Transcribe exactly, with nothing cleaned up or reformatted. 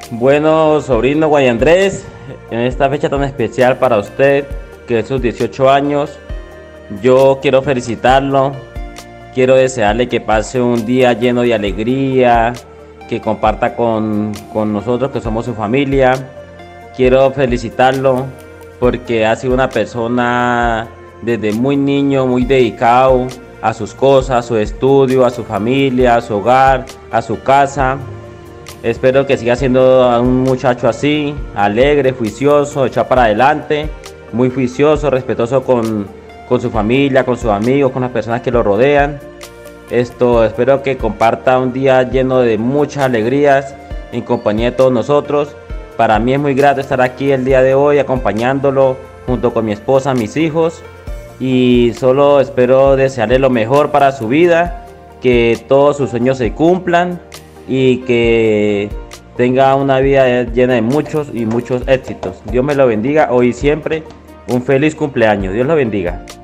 Bueno, sobrino Guay Andrés, en esta fecha tan especial para usted, que es sus dieciocho años, yo quiero felicitarlo, quiero desearle que pase un día lleno de alegría, que comparta con, con nosotros que somos su familia. Quiero felicitarlo porque ha sido una persona desde muy niño, muy dedicado a sus cosas, a su estudio, a su familia, a su hogar, a su casa. Espero que siga siendo un muchacho así, alegre, juicioso, echado para adelante, muy juicioso, respetuoso con, con su familia, con sus amigos, con las personas que lo rodean. Esto, espero que comparta un día lleno de muchas alegrías en compañía de todos nosotros. Para mí es muy grato estar aquí el día de hoy acompañándolo junto con mi esposa, mis hijos, y solo espero desearle lo mejor para su vida, que todos sus sueños se cumplan y que tenga una vida llena de muchos y muchos éxitos. Dios me lo bendiga hoy y siempre. Un feliz cumpleaños. Dios lo bendiga.